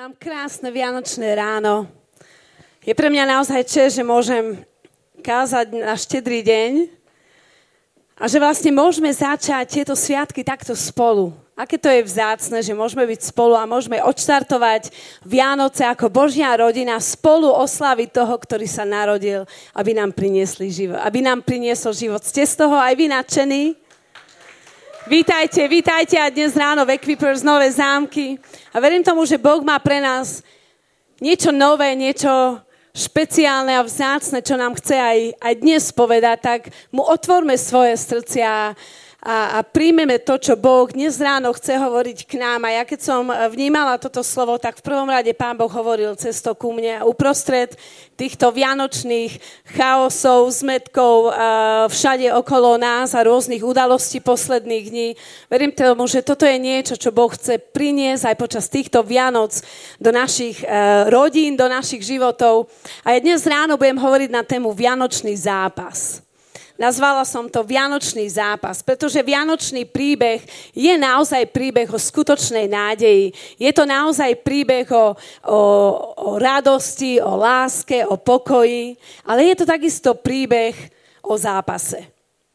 vám krásne vianočné ráno. Je pre mňa naozaj čest, že môžem kázať na štedrý deň a že vlastne môžeme začať tieto sviatky takto spolu. Aké to je vzácne, že môžeme byť spolu a môžeme odštartovať Vianoce ako Božia rodina, spolu oslaviť toho, ktorý sa narodil, aby nám priniesol život. Ste z toho aj vy nadšení? Vítajte a dnes ráno v Equipers Nové Zámky. A verím tomu, že Boh má pre nás niečo nové, niečo špeciálne a vzácne, čo nám chce aj dnes povedať, tak mu otvorme svoje srdcia a príjmeme to, čo Boh dnes ráno chce hovoriť k nám. A ja keď som vnímala toto slovo, tak v prvom rade Pán Boh hovoril cesto ku mne. Uprostred týchto vianočných chaosov, zmetkov všade okolo nás a rôznych udalostí posledných dní. Verím tomu, že toto je niečo, čo Boh chce priniesť aj počas týchto Vianoc do našich rodín, do našich životov. A ja dnes ráno budem hovoriť na tému Vianočný zápas. Nazvala som to Vianočný zápas, pretože Vianočný príbeh je naozaj príbeh o skutočnej nádeji. Je to naozaj príbeh o radosti, o láske, o pokoji, ale je to takisto príbeh o zápase.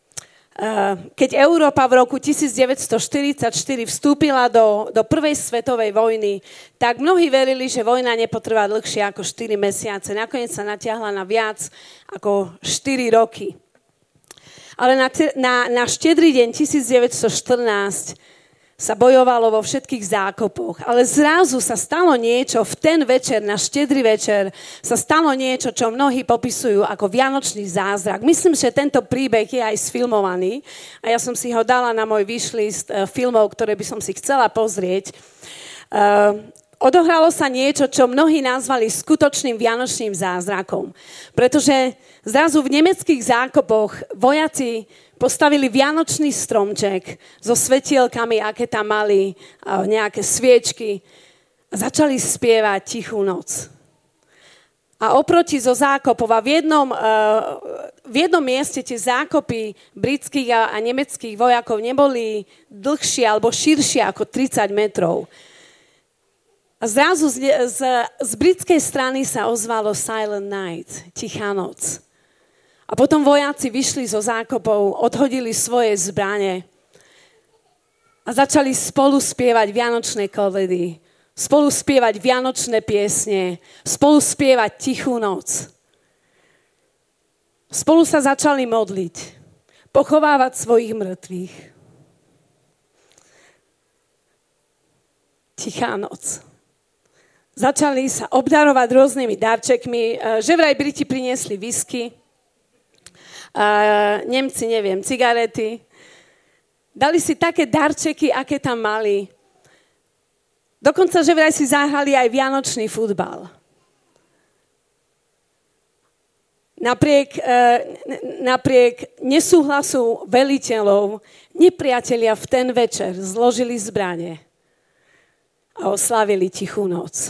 Keď Európa v roku 1944 vstúpila do prvej svetovej vojny, tak mnohí verili, že vojna nepotrvá dlhšie ako 4 mesiace. Nakoniec sa natiahla na viac ako 4 roky. Ale na štedrý deň 1914 sa bojovalo vo všetkých zákopoch. Ale zrazu sa stalo niečo, v ten večer, na štedrý večer, sa stalo niečo, čo mnohí popisujú ako vianočný zázrak. Myslím, že tento príbeh je aj sfilmovaný a ja som si ho dala na môj wishlist filmov, ktoré by som si chcela pozrieť. Odohralo sa niečo, čo mnohí nazvali skutočným vianočným zázrakom. Pretože zrazu v nemeckých zákopoch vojaci postavili vianočný stromček so svetielkami, aké tam mali, nejaké sviečky a začali spievať Tichú noc. A oproti zo zákopov a v jednom mieste tie zákopy britských a nemeckých vojakov neboli dlhšie alebo širšie ako 30 metrov. A zrazu z britskej strany sa ozvalo Silent Night, Tichá noc. A potom vojaci vyšli zo zákopov, odhodili svoje zbrane a začali spolu spievať vianočné koledy, spolu spievať vianočné piesne, spolu spievať Tichú noc. Spolu sa začali modliť, pochovávať svojich mŕtvych. Tichá noc. Začali sa obdarovať rôznymi darčekmi, že vraj Briti priniesli whisky, Nemci, cigarety. Dali si také darčeky, aké tam mali. Dokonca, že vraj si zahrali aj vianočný futbal. Napriek nesúhlasu veliteľov, nepriatelia v ten večer zložili zbrane a oslávili Tichú noc.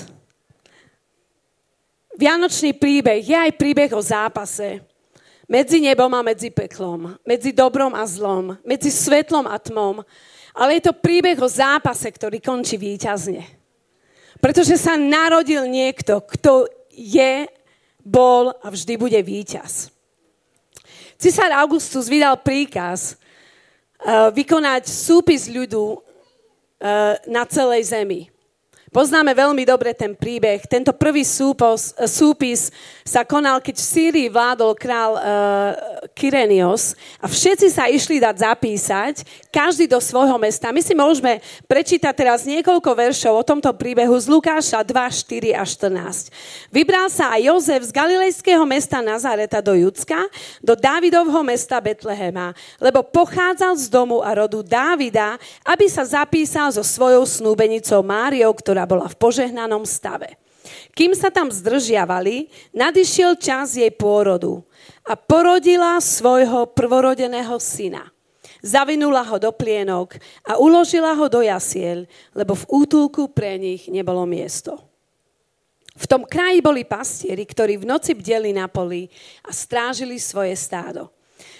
Vianočný príbeh je aj príbeh o zápase. Medzi nebom a medzi peklom. Medzi dobrom a zlom. Medzi svetlom a tmom. Ale je to príbeh o zápase, ktorý končí víťazne. Pretože sa narodil niekto, kto je, bol a vždy bude víťaz. Cisár Augustus vydal príkaz vykonať súpis ľudu na celej zemi. Poznáme veľmi dobre ten príbeh. Tento prvý súpis sa konal, keď v Sýrii vládol král Kyrenios a všetci sa išli dať zapísať, každý do svojho mesta. My si môžeme prečítať teraz niekoľko veršov o tomto príbehu z Lukáša 2, 4 a 14. Vybral sa aj Jozef z galilejského mesta Nazareta do Judska, do Dávidovho mesta Betlehema, lebo pochádzal z domu a rodu Dávida, aby sa zapísal so svojou snúbenicou Máriou, ktorá bola v požehnanom stave. Kým sa tam zdržiavali, nadišiel čas jej pôrodu a porodila svojho prvorodeného syna. Zavinula ho do plienok a uložila ho do jasiel, lebo v útulku pre nich nebolo miesto. V tom kraji boli pastieri, ktorí v noci bdeli na poli a strážili svoje stádo.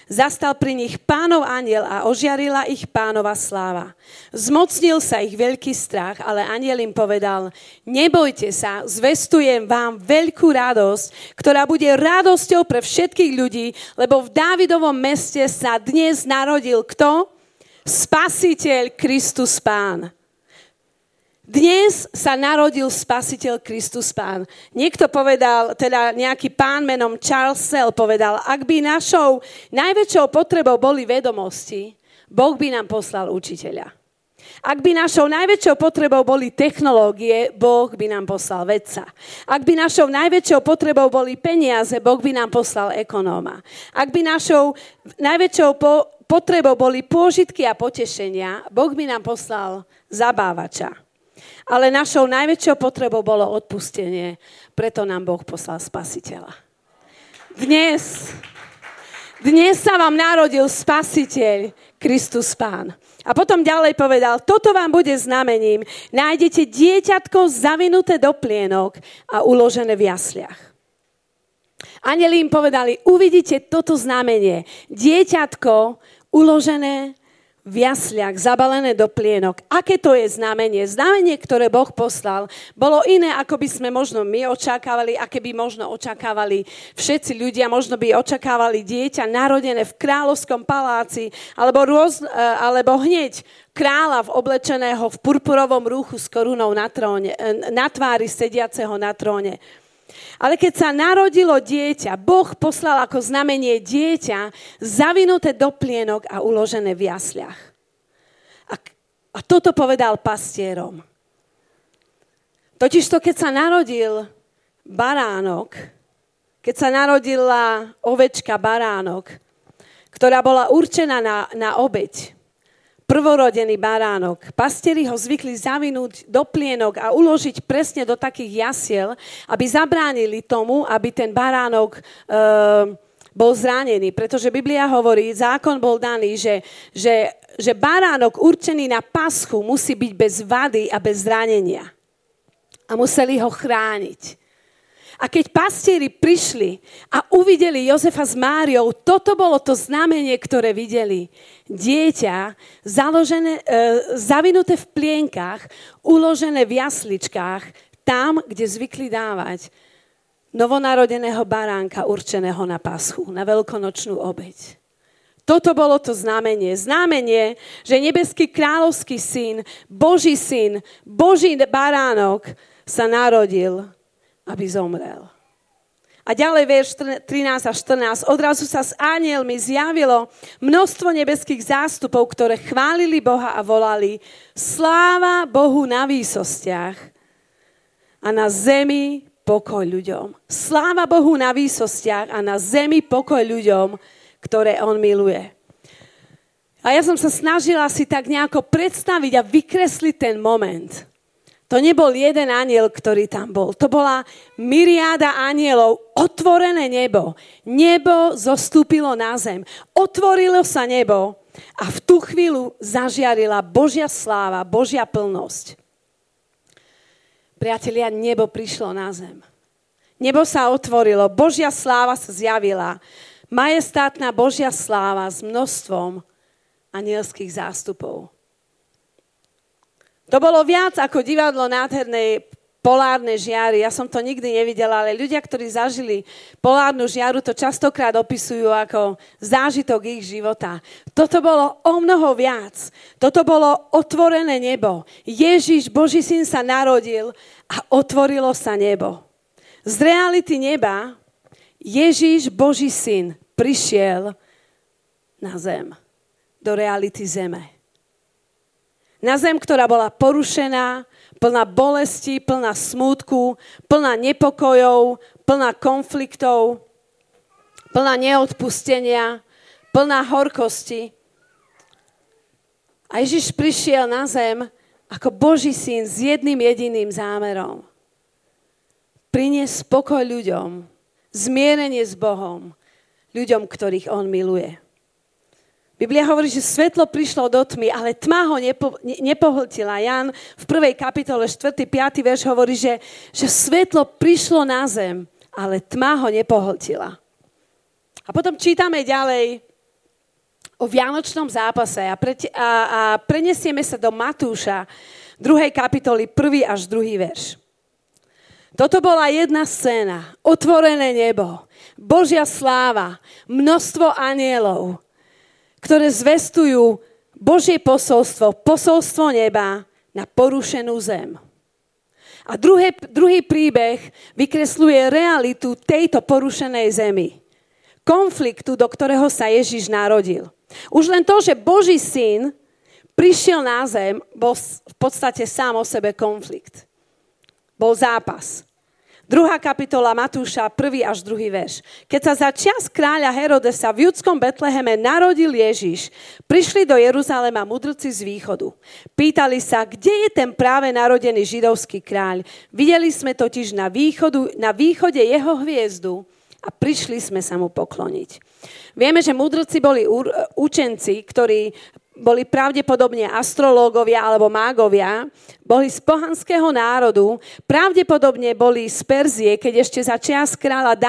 Zastal pri nich Pánov anjel a ožiarila ich Pánova sláva. Zmocnil sa ich veľký strach, ale anjel im povedal, nebojte sa, zvestujem vám veľkú radosť, ktorá bude radosťou pre všetkých ľudí, lebo v Dávidovom meste sa dnes narodil kto? Spasiteľ Kristus Pán. Dnes sa narodil Spasiteľ Kristus Pán. Niekto povedal, teda nejaký pán menom Charles Sell povedal, ak by našou najväčšou potrebou boli vedomosti, Boh by nám poslal učiteľa. Ak by našou najväčšou potrebou boli technológie, Boh by nám poslal vedca. Ak by našou najväčšou potrebou boli peniaze, Boh by nám poslal ekonóma. Ak by našou najväčšou potrebou boli pôžitky a potešenia, Boh by nám poslal zabávača. Ale našou najväčšou potrebou bolo odpustenie, preto nám Boh poslal Spasiteľa. Dnes sa vám narodil Spasiteľ, Kristus Pán. A potom ďalej povedal, toto vám bude znamením, nájdete dieťatko zavinuté do plienok a uložené v jasliach. Anjeli im povedali, uvidíte toto znamenie, dieťatko uložené v jasliach, zabalené do plienok. Aké to je znamenie? Znamenie, ktoré Boh poslal, bolo iné, ako by sme možno my očakávali, aké by možno očakávali všetci ľudia. Možno by očakávali dieťa narodené v kráľovskom paláci, alebo hneď kráľa oblečeného v purpurovom rúchu s korunou na tróne, na tvári sediaceho na tróne. Ale keď sa narodilo dieťa, Boh poslal ako znamenie dieťa zavinuté do plienok a uložené v jasliach. A toto povedal pastierom. Totižto, keď sa narodil baránok, keď sa narodila ovečka baránok, ktorá bola určená na obeť, prvorodený baránok. Pastieri ho zvykli zavinúť do plienok a uložiť presne do takých jasiel, aby zabránili tomu, aby ten baránok bol zranený. Pretože Biblia hovorí, zákon bol daný, že baránok určený na paschu musí byť bez vady a bez zranenia. A museli ho chrániť. A keď pastieri prišli a uvideli Jozefa s Máriou, toto bolo to znamenie, ktoré videli. Dieťa zavinuté v plienkach, uložené v jasličkách, tam, kde zvykli dávať novonarodeného baránka určeného na paschu, na veľkonočnú obeť. Toto bolo to znamenie. Znamenie, že nebeský kráľovský syn, Boží baránok sa narodil, aby zomrel. A ďalej verš 13 a 14. Odrazu sa s anjelmi zjavilo množstvo nebeských zástupov, ktoré chválili Boha a volali sláva Bohu na výsostiach a na zemi pokoj ľuďom. Sláva Bohu na výsostiach a na zemi pokoj ľuďom, ktoré on miluje. A ja som sa snažila si tak nejako predstaviť a vykresliť ten moment. To nebol jeden anjel, ktorý tam bol. To bola myriáda anjelov, otvorené nebo. Nebo zostúpilo na zem. Otvorilo sa nebo a v tú chvíľu zažiarila Božia sláva, Božia plnosť. Priatelia, nebo prišlo na zem. Nebo sa otvorilo, Božia sláva sa zjavila. Majestátna Božia sláva s množstvom anielských zástupov. To bolo viac ako divadlo nádhernej polárnej žiary. Ja som to nikdy nevidela, ale ľudia, ktorí zažili polárnu žiaru, to častokrát opisujú ako zážitok ich života. Toto bolo o mnoho viac. Toto bolo otvorené nebo. Ježiš, Boží syn, sa narodil a otvorilo sa nebo. Z reality neba Ježiš, Boží syn, prišiel na zem. Do reality zeme. Na zem, ktorá bola porušená, plná bolesti, plná smútku, plná nepokojov, plná konfliktov, plná neodpustenia, plná horkosti. A Ježiš prišiel na zem ako Boží syn s jedným jediným zámerom. Priniesť spokoj ľuďom, zmierenie s Bohom, ľuďom, ktorých on miluje. Biblia hovorí, že svetlo prišlo do tmy, ale tma ho nepohltila. Ján v 1. kapitole 4. 5. verš hovorí, že svetlo prišlo na zem, ale tma ho nepohltila. A potom čítame ďalej o vianočnom zápase a prenesieme sa do Matúša 2. kapitoly 1. až 2. verš. Toto bola jedna scéna, otvorené nebo, Božia sláva, množstvo anjelov, ktoré zvestujú Božie posolstvo neba na porušenú zem. A druhý príbeh vykresľuje realitu tejto porušenej zemi. Konfliktu, do ktorého sa Ježiš narodil. Už len to, že Boží syn prišiel na zem, bol v podstate sám o sebe konflikt. Bol zápas. 2. kapitola Matúša, 1. až 2. verš. Keď sa za čias kráľa Herodesa v judskom Betleheme narodil Ježiš, prišli do Jeruzalema mudrci z východu. Pýtali sa, kde je ten práve narodený židovský kráľ. Videli sme totiž na východe jeho hviezdu a prišli sme sa mu pokloniť. Vieme, že mudrci boli učenci, ktorí boli pravdepodobne astrológovia alebo mágovia, boli z pohanského národu, pravdepodobne boli z Perzie, keď ešte za čias kráľa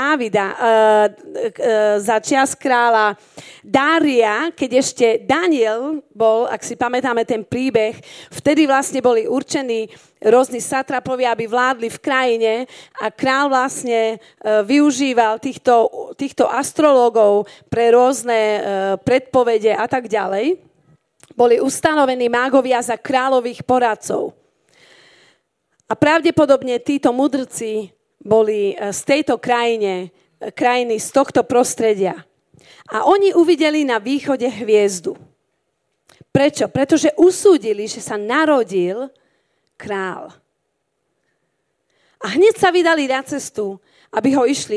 za čias kráľa Dária, keď ešte Daniel bol, ak si pamätáme ten príbeh, vtedy vlastne boli určení rôzni satrapovia, aby vládli v krajine a kráľ vlastne využíval týchto astrológov pre rôzne predpovede a tak ďalej. Boli ustanovení mágovia za kráľových poradcov. A pravdepodobne títo mudrci boli z tejto krajiny, z tohto prostredia. A oni uvideli na východe hviezdu. Prečo? Pretože usúdili, že sa narodil král. A hneď sa vydali na cestu, aby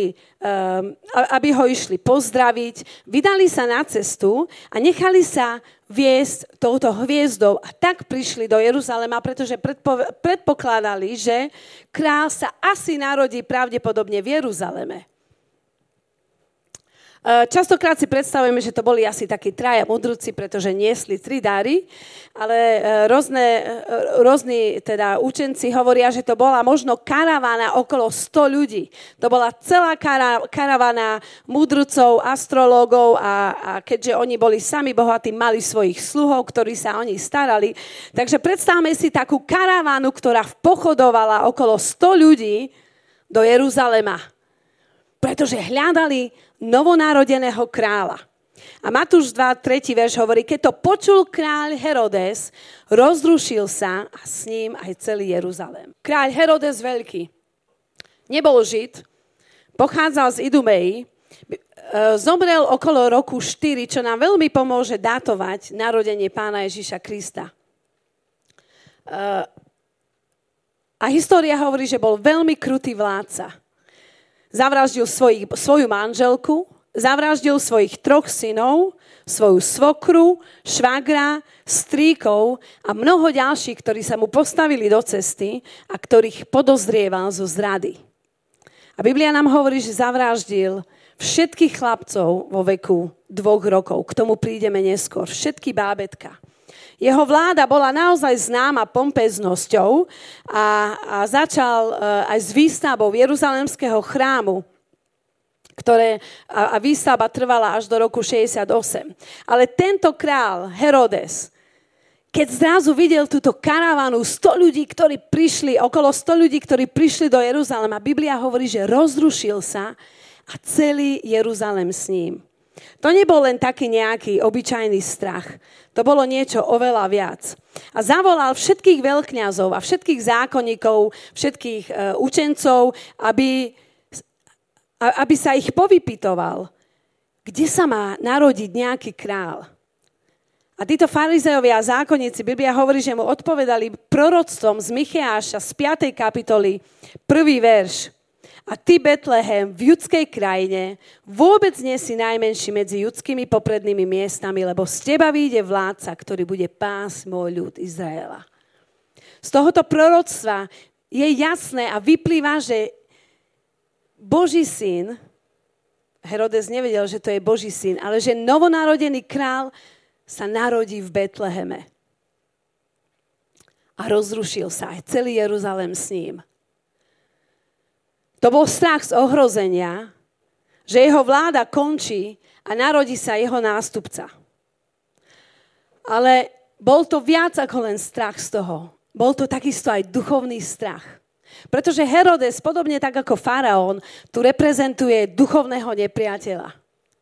ho išli pozdraviť. Vydali sa na cestu a nechali sa viesť touto hviezdou a tak prišli do Jeruzalema, pretože predpokladali, že král sa asi narodí pravdepodobne v Jeruzaleme. Častokrát si predstavujeme, že to boli asi takí traja mudrci, pretože niesli 3 dary, ale rôzni teda učenci hovoria, že to bola možno karavána okolo 100 ľudí. To bola celá karavána mudrcov, astrológov a keďže oni boli sami bohatí, mali svojich sluhov, ktorí sa o nich starali. Takže predstavme si takú karavánu, ktorá pochodovala okolo 100 ľudí do Jeruzalema, pretože hľadali novonárodeného kráľa. A Matúš 2, 3. verš hovorí, keď to počul kráľ Herodes, rozrušil sa a s ním aj celý Jeruzalém. Kráľ Herodes Veľký nebol Žid, pochádzal z Idumei, zomrel okolo roku 4, čo nám veľmi pomôže datovať narodenie Pána Ježiša Krista. A história hovorí, že bol veľmi krutý vládca. Zavraždil svoju manželku, zavraždil svojich 3 synov, svoju svokru, švagra, strýkov a mnoho ďalších, ktorí sa mu postavili do cesty a ktorých podozrieval zo zrady. A Biblia nám hovorí, že zavraždil všetkých chlapcov vo veku 2 rokov. K tomu prídeme neskôr. Všetky bábätka. Jeho vláda bola naozaj známa pompeznosťou a začal aj s výstavbou Jeruzalemského chrámu, a výstavba trvala až do roku 68. Ale tento král Herodes, keď zrazu videl túto karavanu 100 ľudí, ktorí prišli, okolo 100 ľudí, ktorí prišli do Jeruzalema, Biblia hovorí, že rozrušil sa a celý Jeruzalem s ním. To nebol len taký nejaký obyčajný strach. To bolo niečo oveľa viac. A zavolal všetkých veľkňazov a všetkých zákonníkov, všetkých učencov, aby sa ich povypytoval, kde sa má narodiť nejaký král. A títo farizejovia a zákonníci, Biblia hovorí, že mu odpovedali proroctvom z Micheáša z 5. kapitoly, 1. verš. A ty, Betlehem, v judskej krajine, vôbec nie si najmenší medzi judskými poprednými miestami, lebo z teba vyjde vládca, ktorý bude pásť môj ľud Izraela. Z tohoto proroctva je jasné a vyplýva, že Boží syn, Herodes nevedel, že to je Boží syn, ale že novonarodený král sa narodí v Betleheme. A rozrušil sa aj celý Jeruzalém s ním. To bol strach z ohrozenia, že jeho vláda končí a narodí sa jeho nástupca. Ale bol to viac ako len strach z toho. Bol to takisto aj duchovný strach. Pretože Herodes, podobne tak ako faraón, tu reprezentuje duchovného nepriateľa.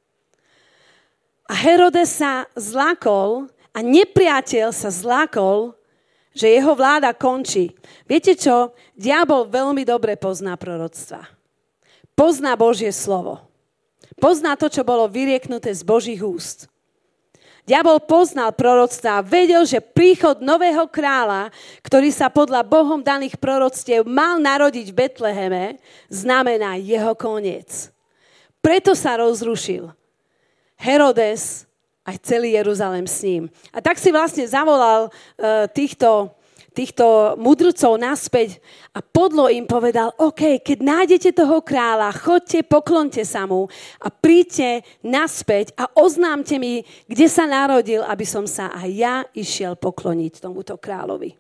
A Herodes sa zlákol a nepriateľ sa zlákol, že jeho vláda končí. Viete čo? Diabol veľmi dobre pozná proroctva. Pozná Božie slovo. Pozná to, čo bolo vyrieknuté z Božích úst. Diabol poznal proroctvá a vedel, že príchod nového kráľa, ktorý sa podľa Bohom daných proroctiev mal narodiť v Betleheme, znamená jeho koniec. Preto sa rozrušil Herodes aj celý Jeruzalém s ním. A tak si vlastne zavolal týchto mudrcov naspäť a podlo im povedal, OK, keď nájdete toho kráľa, choďte, poklonte sa mu a príďte naspäť a oznámte mi, kde sa narodil, aby som sa aj ja išiel pokloniť tomuto kráľovi.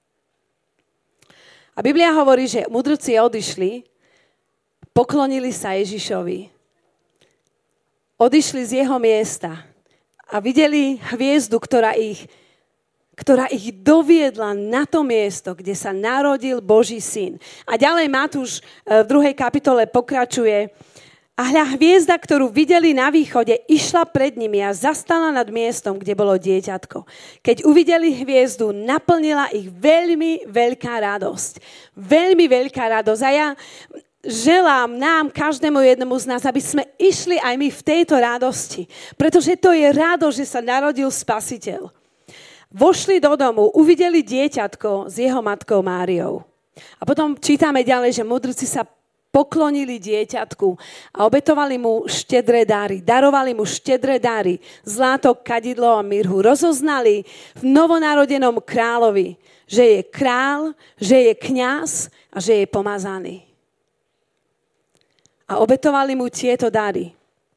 A Biblia hovorí, že mudrci odišli, poklonili sa Ježišovi, odišli z jeho miesta a videli hviezdu, ktorá ich doviedla na to miesto, kde sa narodil Boží syn. A ďalej Matúš v 2. kapitole pokračuje. A hľa hviezda, ktorú videli na východe, išla pred nimi a zastala nad miestom, kde bolo dieťatko. Keď uvideli hviezdu, naplnila ich veľmi veľká radosť. Veľmi veľká radosť. A ja želám nám, každému jednomu z nás, aby sme išli aj my v tejto radosti. Pretože to je radosť, že sa narodil Spasiteľ. Vošli do domu, uvideli dieťatko s jeho matkou Máriou. A potom čítame ďalej, že mudrci sa poklonili dieťatku a obetovali mu štedré dary. Darovali mu štedré dary, zlato, kadidlo a mirhu. Rozoznali v novonarodenom kráľovi, že je král, že je kňaz a že je pomazaný. A obetovali mu tieto dary.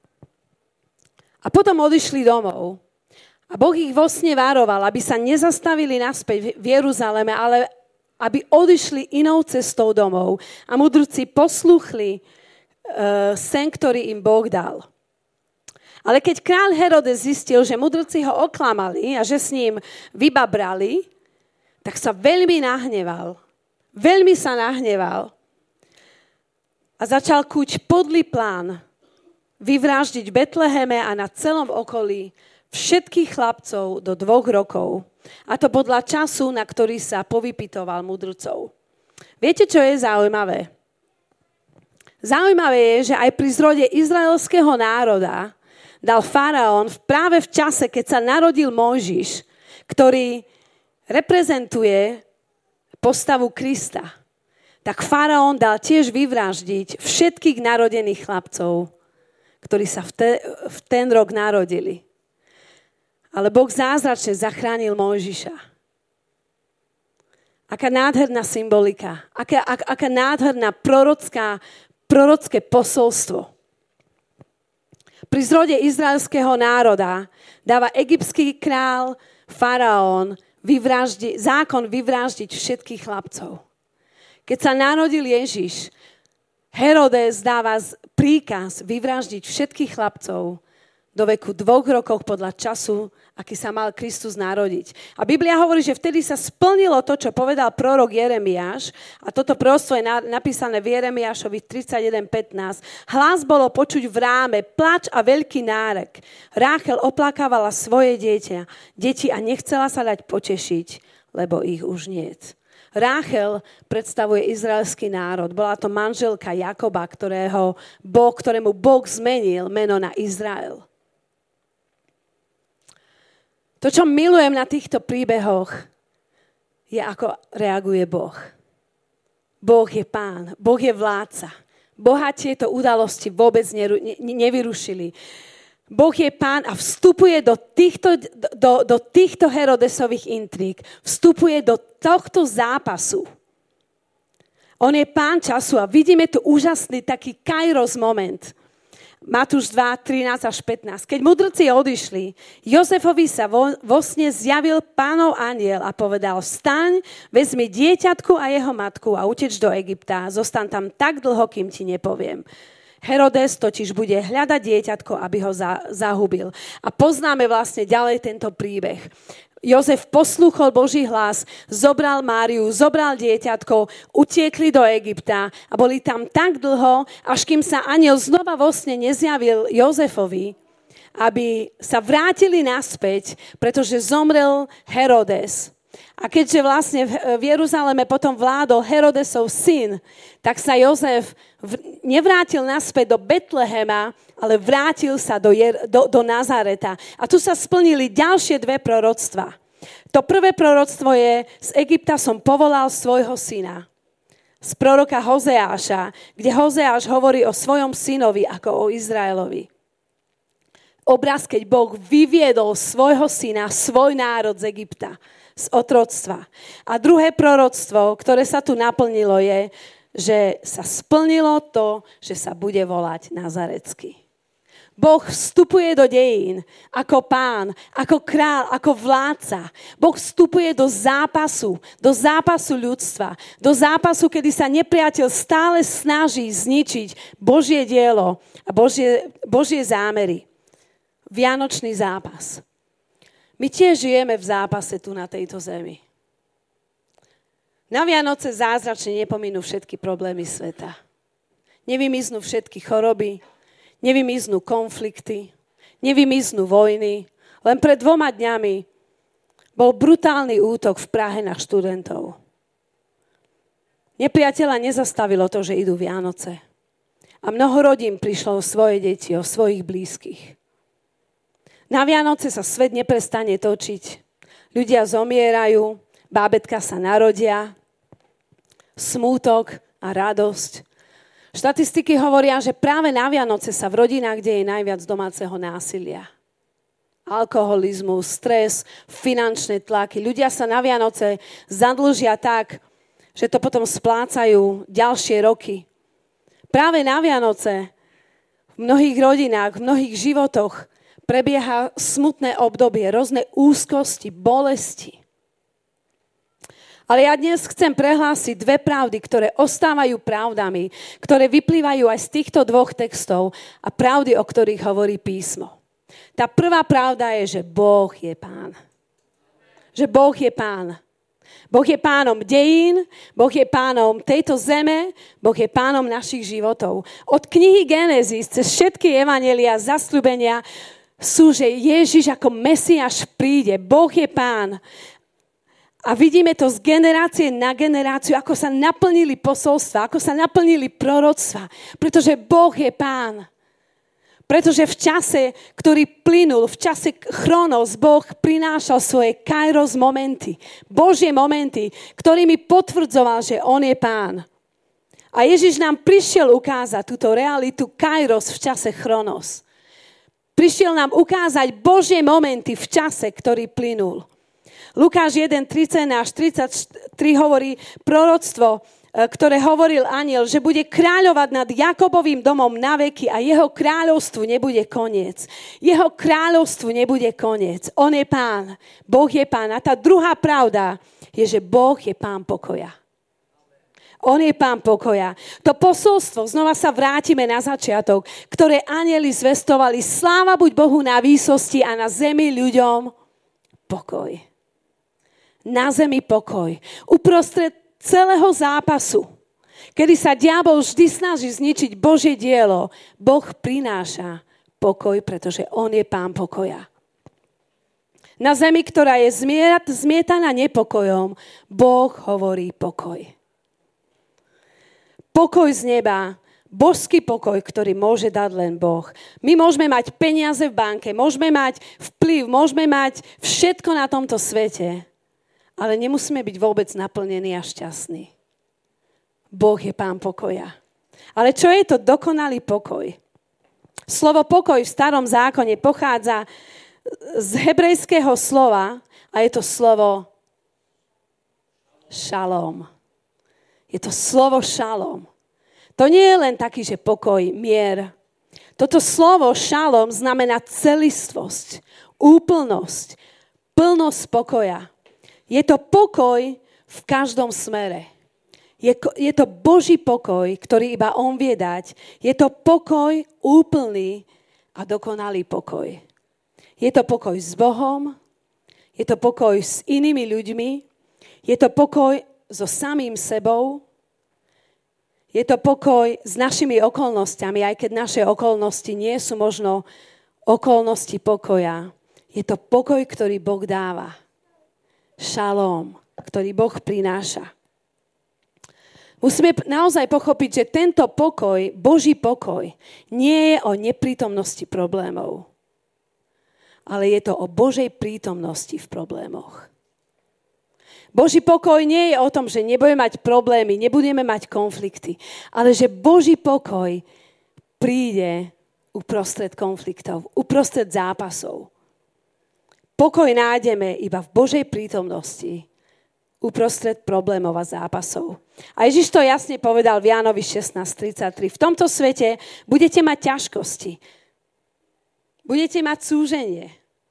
A potom odišli domov. A Boh ich vo sne varoval, aby sa nezastavili naspäť v Jeruzaleme, ale aby odišli inou cestou domov. A mudrci poslúchli sen, ktorý im Boh dal. Ale keď kráľ Herodes zistil, že mudrci ho oklamali a že s ním vybabrali, tak sa veľmi nahneval. Veľmi sa nahneval. A začal kúť podlý plán vyvráždiť v Betleheme a na celom okolí všetkých chlapcov do 2 rokov. A to podľa času, na ktorý sa povypytoval mudrcov. Viete, čo je zaujímavé? Zaujímavé je, že aj pri zrode izraelského národa dal faraón práve v čase, keď sa narodil Mojžiš, ktorý reprezentuje postavu Krista, tak faraón dal tiež vyvraždiť všetkých narodených chlapcov, ktorí sa v ten rok narodili. Ale Boh zázračne zachránil Mojžiša. Aká nádherná symbolika, aká nádherná prorocké posolstvo. Pri zrode izraelského národa dáva egyptský král faraón zákon vyvraždiť všetkých chlapcov. Keď sa narodil Ježiš, Herodes dáva príkaz vyvraždiť všetkých chlapcov do veku 2 rokov podľa času, aký sa mal Kristus narodiť. A Biblia hovorí, že vtedy sa splnilo to, čo povedal prorok Jeremiáš. A toto proroctvo je napísané v Jeremiášovi 31:15. Hlas bolo počuť v ráme, plač a veľký nárek. Ráchel oplakávala svoje deti a nechcela sa dať potešiť, lebo ich už niet. Ráchel predstavuje izraelský národ. Bola to manželka Jakoba, ktorému Boh zmenil meno na Izrael. To, čo milujem na týchto príbehoch, je, ako reaguje Boh. Boh je pán, Boh je vládca. Boha tieto udalosti vôbec nevyrušili. Boh je pán a vstupuje do týchto Herodesových intríg. Vstupuje do tohto zápasu. On je pán času a vidíme tu úžasný taký kairos moment. Matúš 2:13-15. Keď mudrci odišli, Jozefovi sa vo sne zjavil Pánov anjel a povedal: Vstaň, vezmi dieťatku a jeho matku a uteč do Egypta. Zostaň tam tak dlho, kým ti nepoviem. Herodes totiž bude hľadať dieťatko, aby ho zahubil. A poznáme vlastne ďalej tento príbeh. Jozef poslúchol Boží hlas, zobral Máriu, zobral dieťatko, utiekli do Egypta a boli tam tak dlho, až kým sa anjel znova vo sne nezjavil Jozefovi, aby sa vrátili naspäť, pretože zomrel Herodes. A keďže vlastne v Jeruzaleme potom vládol Herodesov syn, tak sa Jozef nevrátil naspäť do Betlehema, ale vrátil sa do Nazareta. A tu sa splnili ďalšie dve proroctvá. To prvé proroctvo je, z Egypta som povolal svojho syna. Z proroka Hozeáša, kde Hozeáš hovorí o svojom synovi ako o Izraelovi. Obraz, keď Boh vyviedol svojho syna, svoj národ z Egypta, z otroctva. A druhé proroctvo, ktoré sa tu naplnilo, je, že sa splnilo to, že sa bude volať Nazarecký. Boh vstupuje do dejín ako pán, ako král, ako vládca. Boh vstupuje do zápasu ľudstva, do zápasu, kedy sa nepriateľ stále snaží zničiť Božie dielo a Božie zámery. Vianočný zápas. My tiež žijeme v zápase tu na tejto zemi. Na Vianoce zázračne nepominú všetky problémy sveta. Nevymiznú všetky choroby, nevymiznú konflikty, nevymiznú vojny. Len pred 2 dňami bol brutálny útok v Prahe na študentov. Nepriateľa nezastavilo to, že idú Vianoce. A mnoho rodín prišlo o svoje deti, o svojich blízkych. Na Vianoce sa svet neprestane točiť. Ľudia zomierajú, bábätka sa narodia, smútok a radosť. Štatistiky hovoria, že práve na Vianoce sa v rodinách deje najviac domáceho násilia. Alkoholizmus, stres, finančné tlaky. Ľudia sa na Vianoce zadlžia tak, že to potom splácajú ďalšie roky. Práve na Vianoce v mnohých rodinách, v mnohých životoch prebieha smutné obdobie, rôzne úzkosti, bolesti. Ale ja dnes chcem prehlásiť 2 pravdy, ktoré ostávajú pravdami, ktoré vyplývajú aj z týchto 2 textov a pravdy, o ktorých hovorí písmo. Tá prvá pravda je, že Boh je pán. Že Boh je pán. Boh je pánom dejín, Boh je pánom tejto zeme, Boh je pánom našich životov. Od knihy Genesis cez všetky evanjelia, zasľúbenia sú, že Ježiš ako Mesiáš príde. Boh je pán. A vidíme to z generácie na generáciu, ako sa naplnili posolstva, ako sa naplnili proroctva. Pretože Boh je pán. Pretože v čase, ktorý plynul, v čase Chronos, Boh prinášal svoje Kairos momenty. Božie momenty, ktorými potvrdzoval, že on je pán. A Ježiš nám prišiel ukázať túto realitu Kairos v čase Chronos. Prišiel nám ukázať Božie momenty v čase, ktorý plynul. Lukáš 1:30-33 hovorí proroctvo, ktoré hovoril anjel, že bude kráľovať nad Jakobovým domom na veky a jeho kráľovstvu nebude koniec. Jeho kráľovstvu nebude koniec. On je pán. Boh je pán. A tá druhá pravda je, že Boh je pán pokoja. On je pán pokoja. To posolstvo, znova sa vrátime na začiatok, ktoré anjeli zvestovali. Sláva buď Bohu na výsosti a na zemi ľuďom pokoj. Na zemi pokoj. Uprostred celého zápasu, kedy sa diabol vždy snaží zničiť Božie dielo, Boh prináša pokoj, pretože on je pán pokoja. Na zemi, ktorá je zmietaná nepokojom, Boh hovorí pokoj. Pokoj z neba, božský pokoj, ktorý môže dať len Boh. My môžeme mať peniaze v banke, môžeme mať vplyv, môžeme mať všetko na tomto svete, ale nemusíme byť vôbec naplnení a šťastní. Boh je pán pokoja. Ale čo je to dokonalý pokoj? Slovo pokoj v Starom zákone pochádza z hebrejského slova a je to slovo šalom. Je to slovo šalom. To nie je len taký, že pokoj, mier. Toto slovo šalom znamená celistvosť, úplnosť, plnosť pokoja. Je to pokoj v každom smere. Je to Boží pokoj, ktorý iba on vie dať. Je to pokoj úplný a dokonalý pokoj. Je to pokoj s Bohom, je to pokoj s inými ľuďmi, je to pokoj so samým sebou, je to pokoj s našimi okolnostiami, aj keď naše okolnosti nie sú možno okolnosti pokoja. Je to pokoj, ktorý Boh dáva. Šalóm, ktorý Boh prináša. Musíme naozaj pochopiť, že tento pokoj, Boží pokoj, nie je o neprítomnosti problémov, ale je to o Božej prítomnosti v problémoch. Boží pokoj nie je o tom, že nebudeme mať problémy, nebudeme mať konflikty, ale že Boží pokoj príde uprostred konfliktov, uprostred zápasov. Pokoj nájdeme iba v Božej prítomnosti, uprostred problémov a zápasov. A Ježiš to jasne povedal v Jánovi 16:33. V tomto svete budete mať ťažkosti. Budete mať súženie.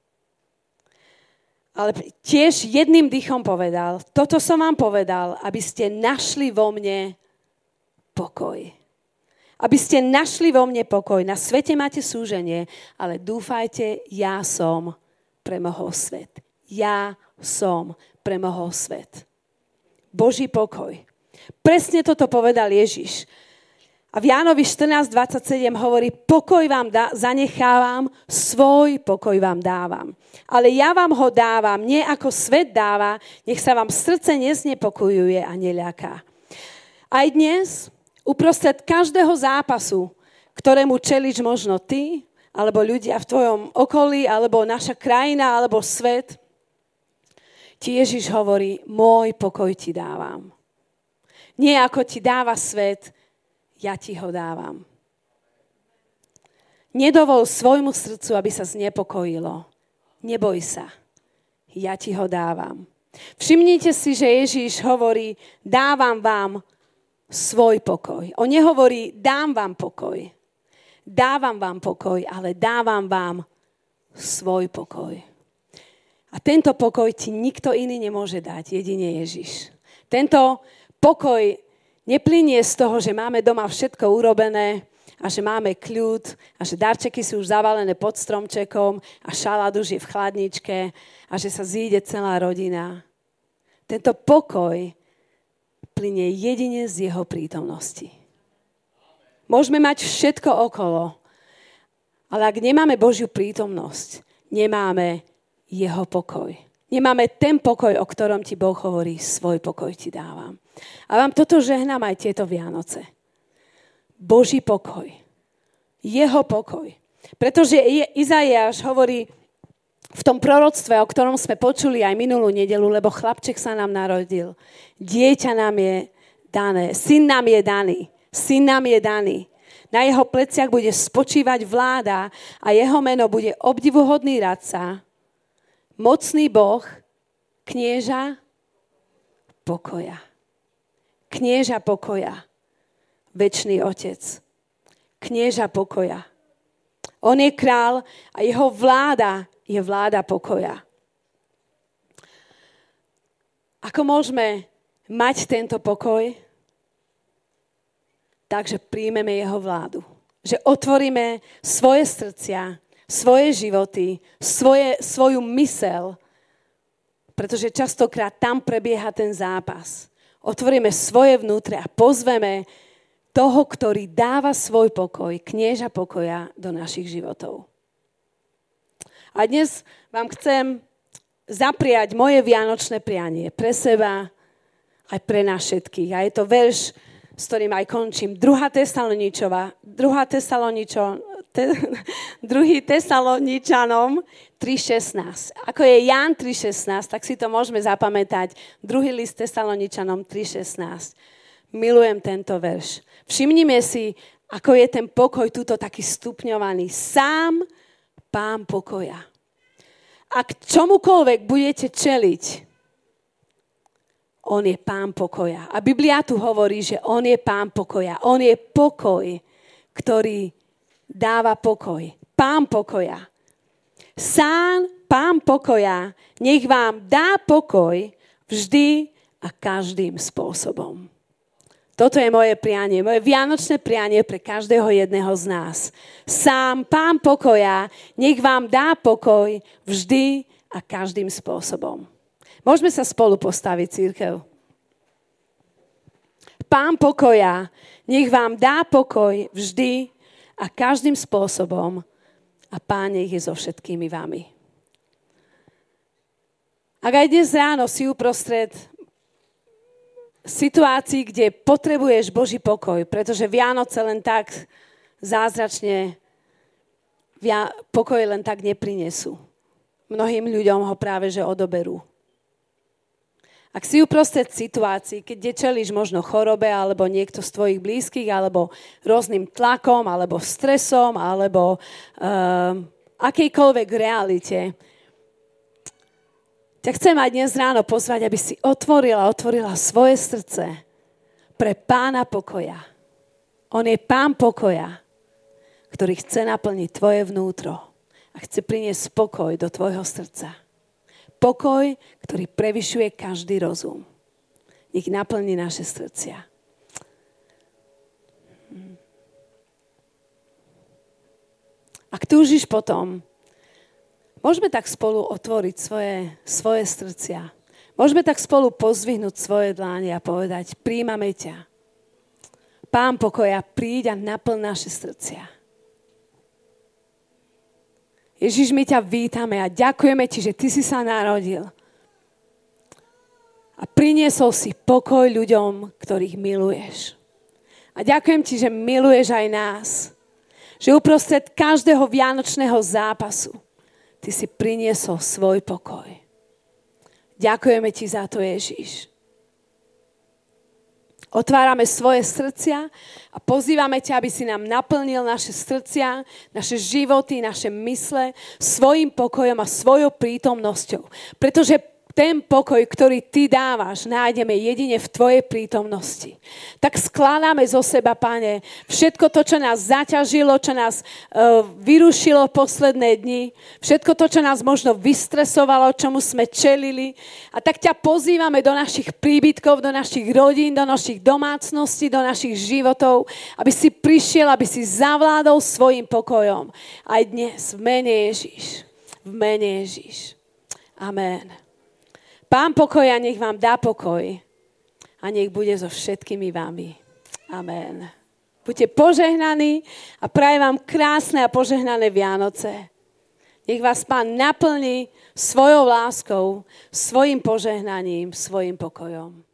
Ale tiež jedným dýchom povedal, toto som vám povedal, aby ste našli vo mne pokoj. Aby ste našli vo mne pokoj. Na svete máte súženie, ale dúfajte, ja som premohol svet. Ja som premohol svet. Boží pokoj. Presne toto povedal Ježiš. A v Jánovi 14:27 hovorí, pokoj vám zanechávam, svoj pokoj vám dávam. Ale ja vám ho dávam, nie ako svet dáva, nech sa vám srdce neznepokojuje a neľaká. Aj dnes, uprostred každého zápasu, ktorému čelíš možno ty, alebo ľudia v tvojom okolí, alebo naša krajina, alebo svet, ti Ježiš hovorí, môj pokoj ti dávam. Nie ako ti dáva svet, ja ti ho dávam. Nedovol svojmu srdcu, aby sa znepokojilo. Neboj sa, ja ti ho dávam. Všimnite si, že Ježiš hovorí, dávam vám svoj pokoj. On nehovorí, dám vám pokoj. Dávam vám pokoj, ale dávam vám svoj pokoj. A tento pokoj ti nikto iný nemôže dať, jedine Ježiš. Tento pokoj neplynie z toho, že máme doma všetko urobené a že máme kľud a že darčeky sú už zavalené pod stromčekom a šalát už je v chladničke a že sa zíde celá rodina. Tento pokoj plynie jedine z jeho prítomnosti. Môžeme mať všetko okolo, ale ak nemáme Božiu prítomnosť, nemáme jeho pokoj. Nemáme ten pokoj, o ktorom ti Boh hovorí, svoj pokoj ti dávam. A vám toto žehnám aj tieto Vianoce. Boží pokoj. Jeho pokoj. Pretože Izaiáš hovorí v tom proroctve, o ktorom sme počuli aj minulú nedeľu, lebo chlapček sa nám narodil. Dieťa nám je dané. Syn nám je daný. Syn nám je daný. Na jeho pleciach bude spočívať vláda a jeho meno bude obdivuhodný radca, mocný Boh, knieža pokoja. Knieža pokoja. Večný Otec. Knieža pokoja. On je král a jeho vláda je vláda pokoja. Ako môžeme mať tento pokoj? Takže príjmeme jeho vládu. Že otvoríme svoje srdcia, svoje životy, svoju mysel, pretože častokrát tam prebieha ten zápas. Otvoríme svoje vnútre a pozveme toho, ktorý dáva svoj pokoj, knieža pokoja do našich životov. A dnes vám chcem zapriať moje vianočné prianie pre seba aj pre nás všetkých. A je to verš, s ktorým aj končím. 2. Tesaloničanom 3.16. Ako je Ján 3.16, tak si to môžeme zapamätať. 2. list Tesaloničanom 3.16. Milujem tento verš. Všimnime si, ako je ten pokoj tuto taký stupňovaný. Sám Pán pokoja. Ak čomukoľvek budete čeliť, on je Pán pokoja. A Biblia tu hovorí, že on je Pán pokoja. On je pokoj, ktorý dáva pokoj. Pán pokoja. Sám Pán pokoja nech vám dá pokoj vždy a každým spôsobom. Toto je moje prianie, moje vianočné prianie pre každého jedného z nás. Sám Pán pokoja, nech vám dá pokoj vždy a každým spôsobom. Môžeme sa spolu postaviť, cirkev. Pán pokoja, nech vám dá pokoj vždy a každým spôsobom a Pán nech je so všetkými vami. Ak aj dnes ráno si uprostred situácií, kde potrebuješ Boží pokoj, pretože Vianoce len tak zázračne pokoj len tak neprinesú. Mnohým ľuďom ho práve že odoberú. Ak si uprostred situácií, keď čelíš možno chorobe, alebo niekto z tvojich blízkych, alebo rôznym tlakom, alebo stresom, alebo akejkoľvek realite, ťa chcem aj dnes ráno pozvať, aby si otvorila svoje srdce pre Pána pokoja. On je Pán pokoja, ktorý chce naplniť tvoje vnútro a chce priniesť pokoj do tvojho srdca. Pokoj, ktorý prevyšuje každý rozum. Nech naplní naše srdcia. Ak túžiš potom, môžeme tak spolu otvoriť svoje srdcia. Môžeme tak spolu pozvihnúť svoje dláne a povedať, príjmame ťa. Pán pokoja, príď a naplň naše srdcia. Ježiš, my ťa vítame a ďakujeme ti, že ty si sa narodil. A priniesol si pokoj ľuďom, ktorých miluješ. A ďakujem ti, že miluješ aj nás. Že uprostred každého vianočného zápasu ty si priniesol svoj pokoj. Ďakujeme ti za to, Ježiš. Otvárame svoje srdcia a pozývame ťa, aby si nám naplnil naše srdcia, naše životy, naše mysle svojim pokojom a svojou prítomnosťou. Pretože ten pokoj, ktorý ty dávaš, nájdeme jedine v tvojej prítomnosti. Tak skladáme zo seba, Pane, všetko to, čo nás zaťažilo, čo nás vyrušilo posledné dni, všetko to, čo nás možno vystresovalo, čomu sme čelili. A tak ťa pozývame do našich príbytkov, do našich rodín, do našich domácností, do našich životov, aby si prišiel, aby si zavládol svojim pokojom. Aj dnes, v mene Ježiš. V mene Ježiš. Amen. Pán pokoja, nech vám dá pokoj a nech bude so všetkými vami. Amen. Buďte požehnaní a prajem vám krásne a požehnané Vianoce. Nech vás Pán naplní svojou láskou, svojim požehnaním, svojim pokojom.